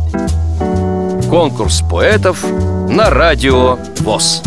Конкурс поэтов на радио ВОС.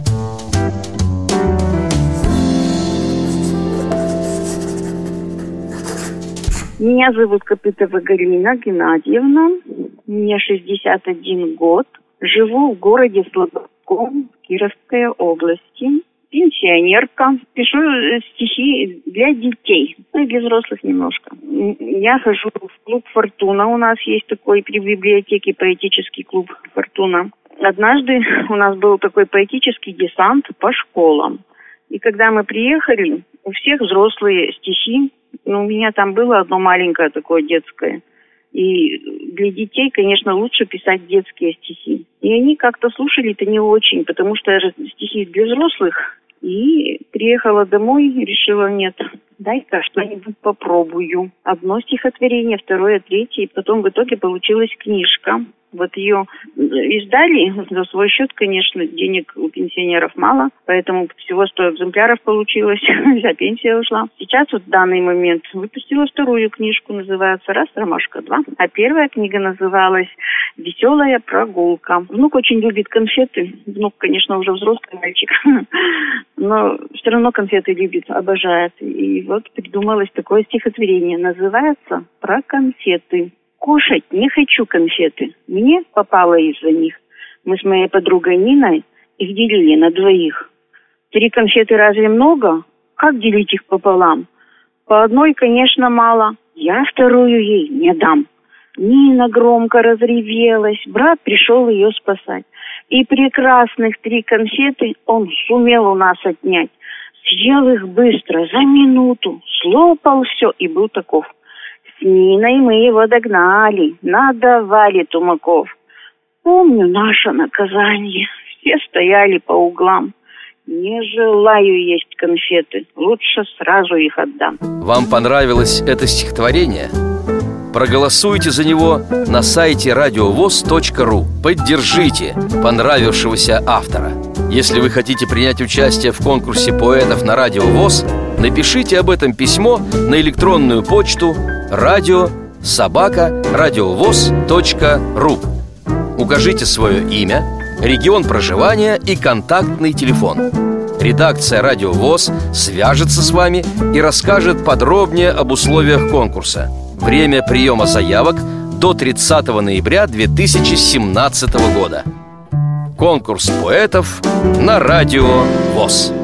Меня зовут Копытова Галина Геннадьевна. Мне 61 год. Живу в городе Слободском, Кировской области. Пенсионерка. Пишу стихи для детей. Ну и для взрослых немножко. Я хожу в клуб «Фортуна». У нас есть такой при библиотеке поэтический клуб «Фортуна». Однажды у нас был такой поэтический десант по школам. И когда мы приехали, у всех взрослые стихи. У меня там было одно маленькое такое детское. И для детей, конечно, лучше писать детские стихи. И они как-то слушали-то не очень, потому что стихи для взрослых. И приехала домой и решила, нет, дай-ка что-нибудь попробую. Одно стихотворение, второе, третье. И потом в итоге получилась книжка. Вот ее издали за свой счет, конечно, денег у пенсионеров мало, поэтому всего 100 экземпляров получилось, вся пенсия ушла. Сейчас вот в данный момент выпустила вторую книжку, называется «Раз, ромашка, два». А первая книга называлась «Веселая прогулка». Внук очень любит конфеты. Внук, конечно, уже взрослый мальчик, но все равно конфеты любит, обожает. И вот придумалось такое стихотворение, называется «Про конфеты». Кушать не хочу конфеты. Мне попало из-за них. Мы с моей подругой Ниной их делили на двоих. 3 конфеты разве много? Как делить их пополам? По одной, конечно, мало. Я вторую ей не дам. Нина громко разревелась. Брат пришел ее спасать. И прекрасных 3 конфеты он сумел у нас отнять. Съел их быстро, за минуту. Слопал все и был таков. С Ниной мы его догнали, надавали тумаков. Помню наше наказание, все стояли по углам. Не желаю есть конфеты, лучше сразу их отдам. Вам понравилось это стихотворение? Проголосуйте за него на сайте radiovoz.ru. Поддержите понравившегося автора. Если вы хотите принять участие в конкурсе поэтов на Радио ВОС, напишите об этом письмо на электронную почту radio@radiovoz.ru. Укажите свое имя, регион проживания и контактный телефон. Редакция Радио ВОС свяжется с вами и расскажет подробнее об условиях конкурса. Время приема заявок до 30 ноября 2017 года. Конкурс поэтов на Радио ВОС.